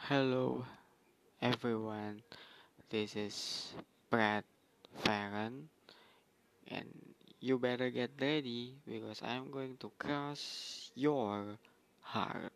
Hello everyone, this is Brad Farron, and you better get ready because I'm going to crush your heart.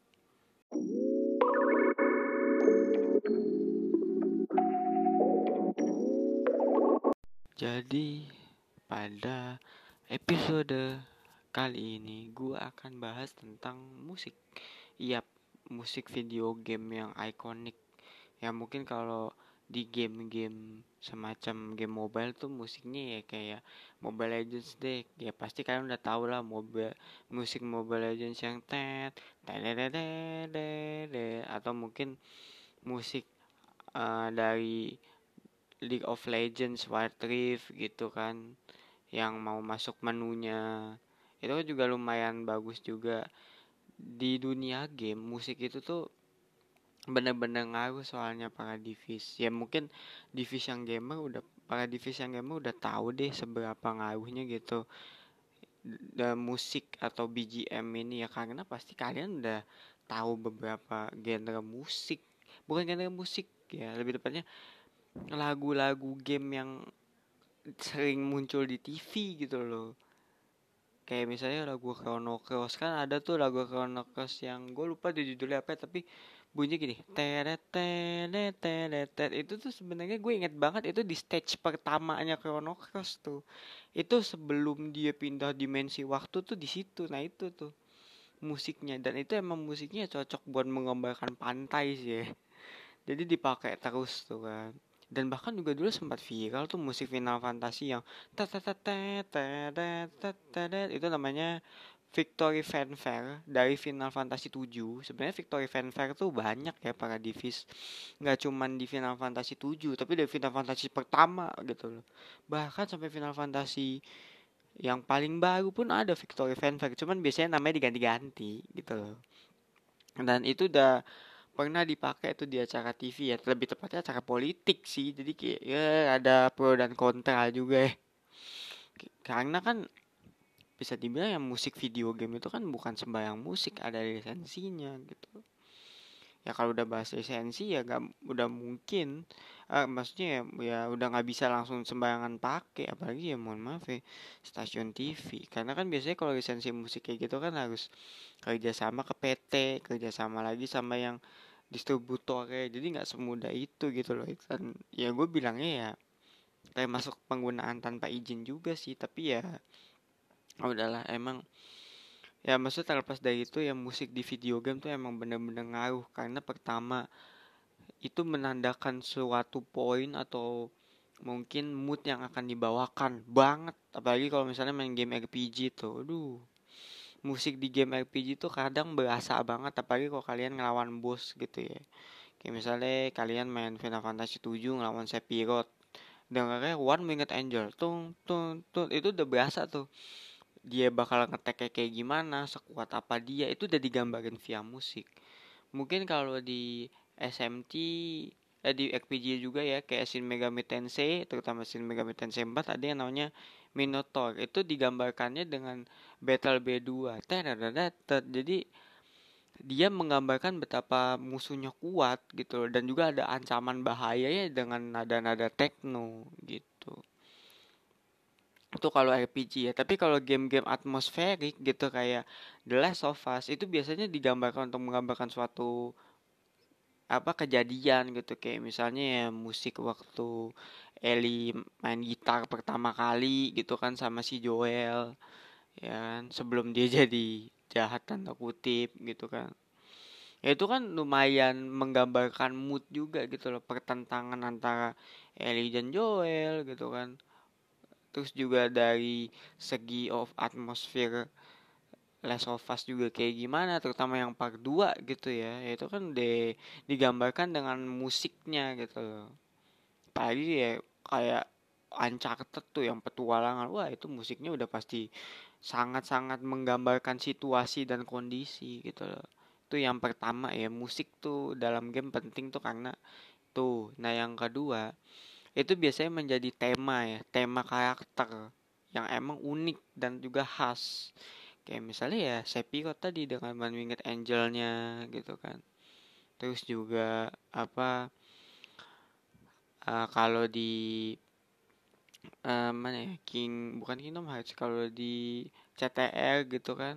Jadi, pada episode kali ini gua akan bahas tentang musik. Yap, musik video game yang ikonik. Ya mungkin kalau di game-game semacam game mobile tuh musiknya ya kayak Mobile Legends deh. Ya pasti kalian udah tahu lah musik Mobile Legends yang atau mungkin musik dari League of Legends Wild Rift gitu kan, yang mau masuk menunya. Itu kan juga lumayan bagus juga. Di dunia game musik itu tuh bener-bener ngaruh soalnya para divis. Ya mungkin para divis yang gamer udah tahu deh seberapa ngaruhnya gitu musik atau BGM ini ya, karena pasti kalian udah tahu beberapa genre musik, bukan genre musik ya, lebih tepatnya lagu-lagu game yang sering muncul di TV gitu loh. Kayak misalnya lagu Chrono Cross, kan ada tuh lagu Chrono Cross yang gue lupa di judulnya apa tapi bunyi gini teret teret teret teret. Itu tuh sebenarnya gue inget banget itu di stage pertamanya Chrono Cross tuh. Itu sebelum dia pindah dimensi waktu tuh di situ. Nah itu tuh musiknya, dan itu emang musiknya cocok buat menggambarkan pantai sih ya. Jadi dipakai terus tuh kan. Dan bahkan juga dulu sempat viral tuh musik Final Fantasy yang itu namanya Victory Fanfare dari Final Fantasy 7. Sebenarnya Victory Fanfare tuh banyak ya para divis. Nggak cuman di Final Fantasy 7, tapi dari Final Fantasy pertama gitu loh. Bahkan sampai Final Fantasy yang paling baru pun ada Victory Fanfare. Cuman biasanya namanya diganti-ganti gitu loh. Dan itu udah pernah dipakai tuh di acara TV ya, lebih tepatnya acara politik sih, jadi kayak ya ada pro dan kontra juga ya. Karena kan bisa dibilang yang musik video game itu kan bukan sembarang musik, ada lisensinya gitu. Ya kalau udah bahas lisensi ya gak udah mungkin, maksudnya ya udah nggak bisa langsung sembarangan pakai, apalagi ya mohon maaf ya stasiun TV, karena kan biasanya kalau lisensi musik kayak gitu kan harus kerja sama ke PT, kerja sama lagi sama yang distributornya, jadi nggak semudah itu gitu loh. Dan ya gue bilangnya ya kayak masuk penggunaan tanpa izin juga sih, tapi ya udahlah emang. Ya maksudnya terlepas dari itu ya, musik di video game tuh emang bener-bener ngaruh, karena pertama itu menandakan suatu poin atau mungkin mood yang akan dibawakan banget, apalagi kalau misalnya main game RPG tuh. Aduh, musik di game RPG tuh kadang berasa banget, apalagi kalau kalian ngelawan bos gitu ya. Kayak misalnya kalian main Final Fantasy 7 ngelawan Sephiroth, dengarnya One Winged Angel, tung tung tung, itu udah berasa tuh dia bakal ngetek kayak gimana, sekuat apa dia, itu udah digambarin via musik. Mungkin kalau di SMT, di RPG juga ya, kayak Shin Megami Tensei, terutama Shin Megami Tensei 4 ada yang namanya Minotaur. Itu digambarkannya dengan Battle B2. Jadi dia menggambarkan betapa musuhnya kuat gitu loh, dan juga ada ancaman bahayanya dengan nada-nada techno gitu. Itu kalau RPG ya. Tapi kalau game-game atmosferik gitu kayak The Last of Us, itu biasanya digambarkan untuk menggambarkan suatu apa kejadian gitu, kayak misalnya ya musik waktu Ellie main gitar pertama kali gitu kan sama si Joel, ya kan, sebelum dia jadi jahat tanda kutip gitu kan. Ya itu kan lumayan menggambarkan mood juga gitu loh, pertentangan antara Ellie dan Joel gitu kan. Terus juga dari segi of atmosphere Last of Us juga kayak gimana, terutama yang part 2 gitu ya. Ya itu kan digambarkan dengan musiknya gitu loh. Apalagi ya kayak Uncharted tuh yang petualangan. Wah, itu musiknya udah pasti sangat-sangat menggambarkan situasi dan kondisi gitu loh. Itu yang pertama ya, musik tuh dalam game penting tuh karena tuh. Nah, yang kedua, itu biasanya menjadi tema ya, tema karakter yang emang unik dan juga khas. Kayak misalnya ya Sephiroth tadi dengan One Winged Angel-nya gitu kan. Terus juga apa, kalau di mana ya, bukan Kingdom Hearts, kalau di CTR gitu kan,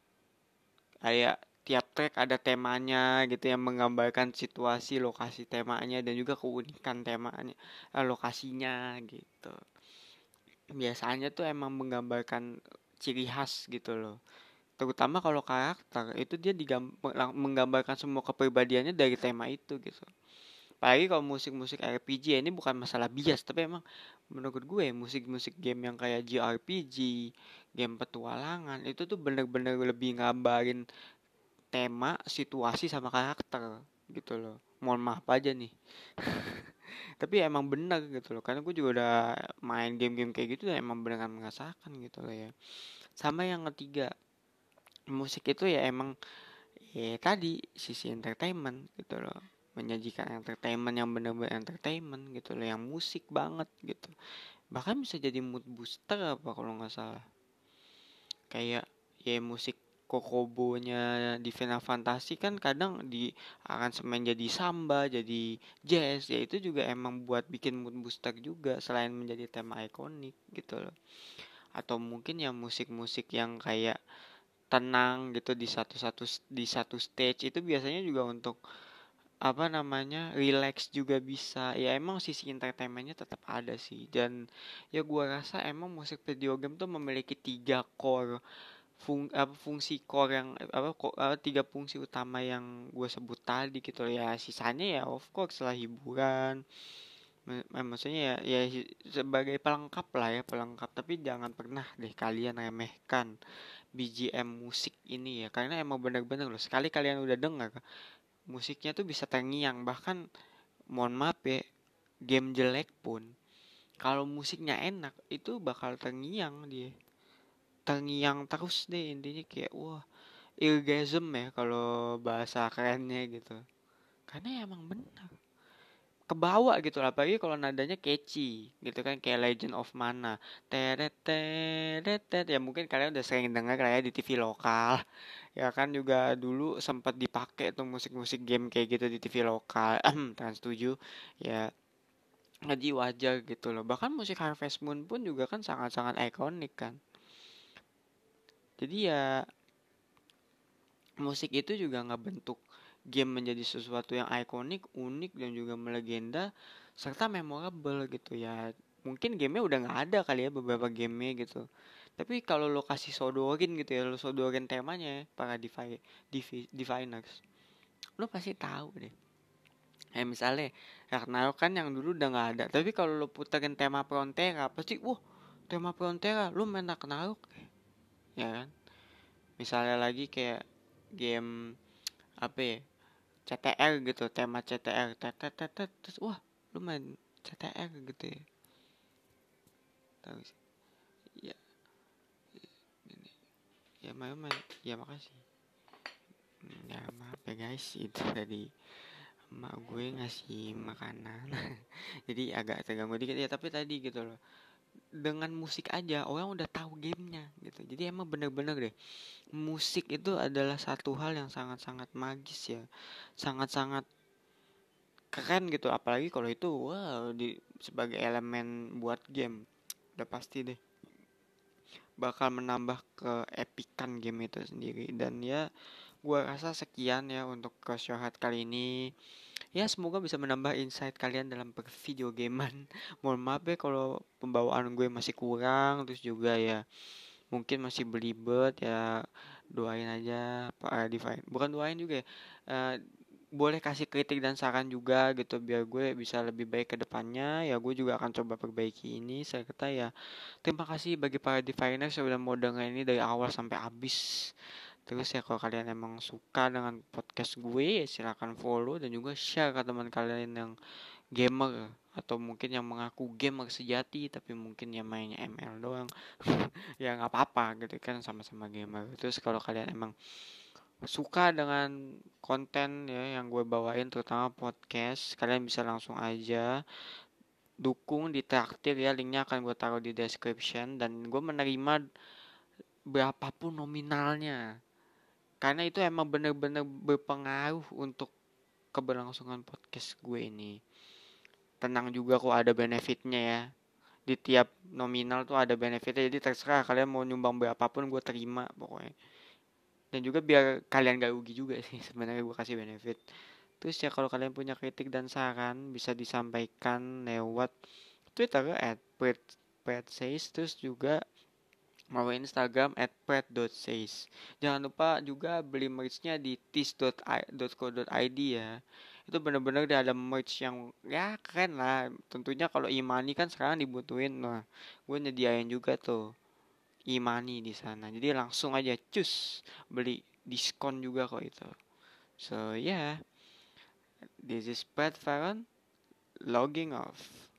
kayak tiap track ada temanya gitu yang menggambarkan situasi, lokasi temanya, dan juga keunikan temanya, lokasinya gitu. Biasanya tuh emang menggambarkan ciri khas gitu loh. Terutama kalau karakter itu dia menggambarkan semua kepribadiannya dari tema itu gitu. Apalagi kalau musik-musik RPG, ini bukan masalah bias, tapi emang menurut gue musik-musik game yang kayak JRPG, game petualangan, itu tuh bener-bener lebih ngabarin tema, situasi, sama karakter gitu loh. Mohon maaf aja nih. Tapi emang bener gitu loh, karena gue juga udah main game-game kayak gitu dan emang beneran merasakan gitu loh ya. Sama yang ketiga, musik itu ya emang ya tadi sisi entertainment gitu loh, menyajikan entertainment yang bener-bener entertainment gitu loh, yang musik banget gitu, bahkan bisa jadi mood booster apa kalau nggak salah. Kayak ya musik Kokobonya di Final Fantasy kan kadang di aransemen jadi samba, jadi jazz, ya itu juga emang buat bikin mood booster juga selain menjadi tema ikonik gitu loh. Atau mungkin ya musik-musik yang kayak tenang gitu di satu stage itu biasanya juga untuk apa namanya, relax juga bisa. Ya emang sisi entertainmentnya tetap ada sih. Dan ya gua rasa emang musik video game tuh memiliki tiga core, fungsi core yang tiga fungsi utama yang gue sebut tadi gitu ya. Sisanya ya of course lah hiburan. Maksudnya ya sebagai pelengkap lah ya, pelengkap. Tapi jangan pernah deh kalian remehkan BGM musik ini ya, karena emang bener-bener loh, sekali kalian udah dengar musiknya tuh bisa terngiang. Bahkan mohon maaf ya, game jelek pun kalau musiknya enak itu bakal terngiang dia, terngiang terus deh intinya, kayak wah, orgasm ya kalau bahasa kerennya gitu. Karena emang bener kebawa gitu lah, apalagi kalau nadanya catchy gitu kan, kayak Legend of Mana, teret teret teret, ya mungkin kalian udah sering dengar kayak di TV lokal ya kan, juga dulu sempat dipakai tuh musik-musik game kayak gitu di TV lokal. Trans 7 ya, jadi wajar gitu loh. Bahkan musik Harvest Moon pun juga kan sangat-sangat ikonik kan. Jadi ya musik itu juga nggak bentuk game menjadi sesuatu yang ikonik, unik, dan juga melegenda serta memorable gitu ya. Mungkin gamenya udah nggak ada kali ya, beberapa gamenya gitu. Tapi kalau lo kasih sodorin gitu ya, lo sodorin temanya para diviners, lo pasti tahu deh. Misalnya Ragnarok kan yang dulu udah nggak ada, tapi kalau lo puterin tema Frontera pasti wah, tema Frontera lo main Ragnarok ya kan. Misalnya lagi kayak game apa ya, CTR gitu, tema CTR tetet tetet, terus wah lu main CTR gitu ya. Tahu sih ya, ini ya main ya, makasih. Ya maaf ya guys, itu tadi emak gue ngasih makanan. Jadi agak terganggu dikit ya, tapi tadi gitu loh, dengan musik aja orang udah tahu gamenya gitu. Jadi emang bener-bener deh, musik itu adalah satu hal yang sangat-sangat magis ya, sangat-sangat keren gitu. Apalagi kalau itu wow sebagai elemen buat game, udah pasti deh bakal menambah keepikan game itu sendiri. Dan ya gua rasa sekian ya untuk Showhat kali ini. Ya semoga bisa menambah insight kalian dalam video gamean. Mohon maaf ya kalau pembawaan gue masih kurang, terus juga ya mungkin masih belibet ya. Doain aja Pak Divine, bukan doain juga ya, eh, boleh kasih kritik dan saran juga gitu biar gue bisa lebih baik ke depannya. Ya gue juga akan coba perbaiki ini. Saya kata ya terima kasih bagi para diviners yang udah mau denger ini dari awal sampai habis. Terus ya kalau kalian emang suka dengan podcast gue ya silahkan follow dan juga share ke teman kalian yang gamer atau mungkin yang mengaku gamer sejati tapi mungkin yang mainnya ML doang. Ya nggak apa-apa gitu kan, sama-sama gamer. Terus kalau kalian emang suka dengan konten ya yang gue bawain, terutama podcast, kalian bisa langsung aja dukung di traktir ya, linknya akan gue taruh di description. Dan gue menerima berapapun nominalnya, karena itu emang bener-bener berpengaruh untuk keberlangsungan podcast gue ini. Tenang juga kok, ada benefitnya ya. Di tiap nominal tuh ada benefitnya, jadi terserah kalian mau nyumbang berapapun gue terima pokoknya. Dan juga biar kalian gak rugi juga sih sebenarnya gue kasih benefit. Terus ya kalau kalian punya kritik dan saran bisa disampaikan lewat Twitter @pret says, terus juga mau Instagram @pret.says. Jangan lupa juga beli merchnya di tis.co.id ya. Itu bener-bener dia ada merch yang ya keren lah. Tentunya kalau e-money kan sekarang dibutuhin. Nah, gue nyediain juga tuh e-money di sana. Jadi langsung aja cus beli, diskon juga kok itu. So yeah, this is Pat Farron logging off.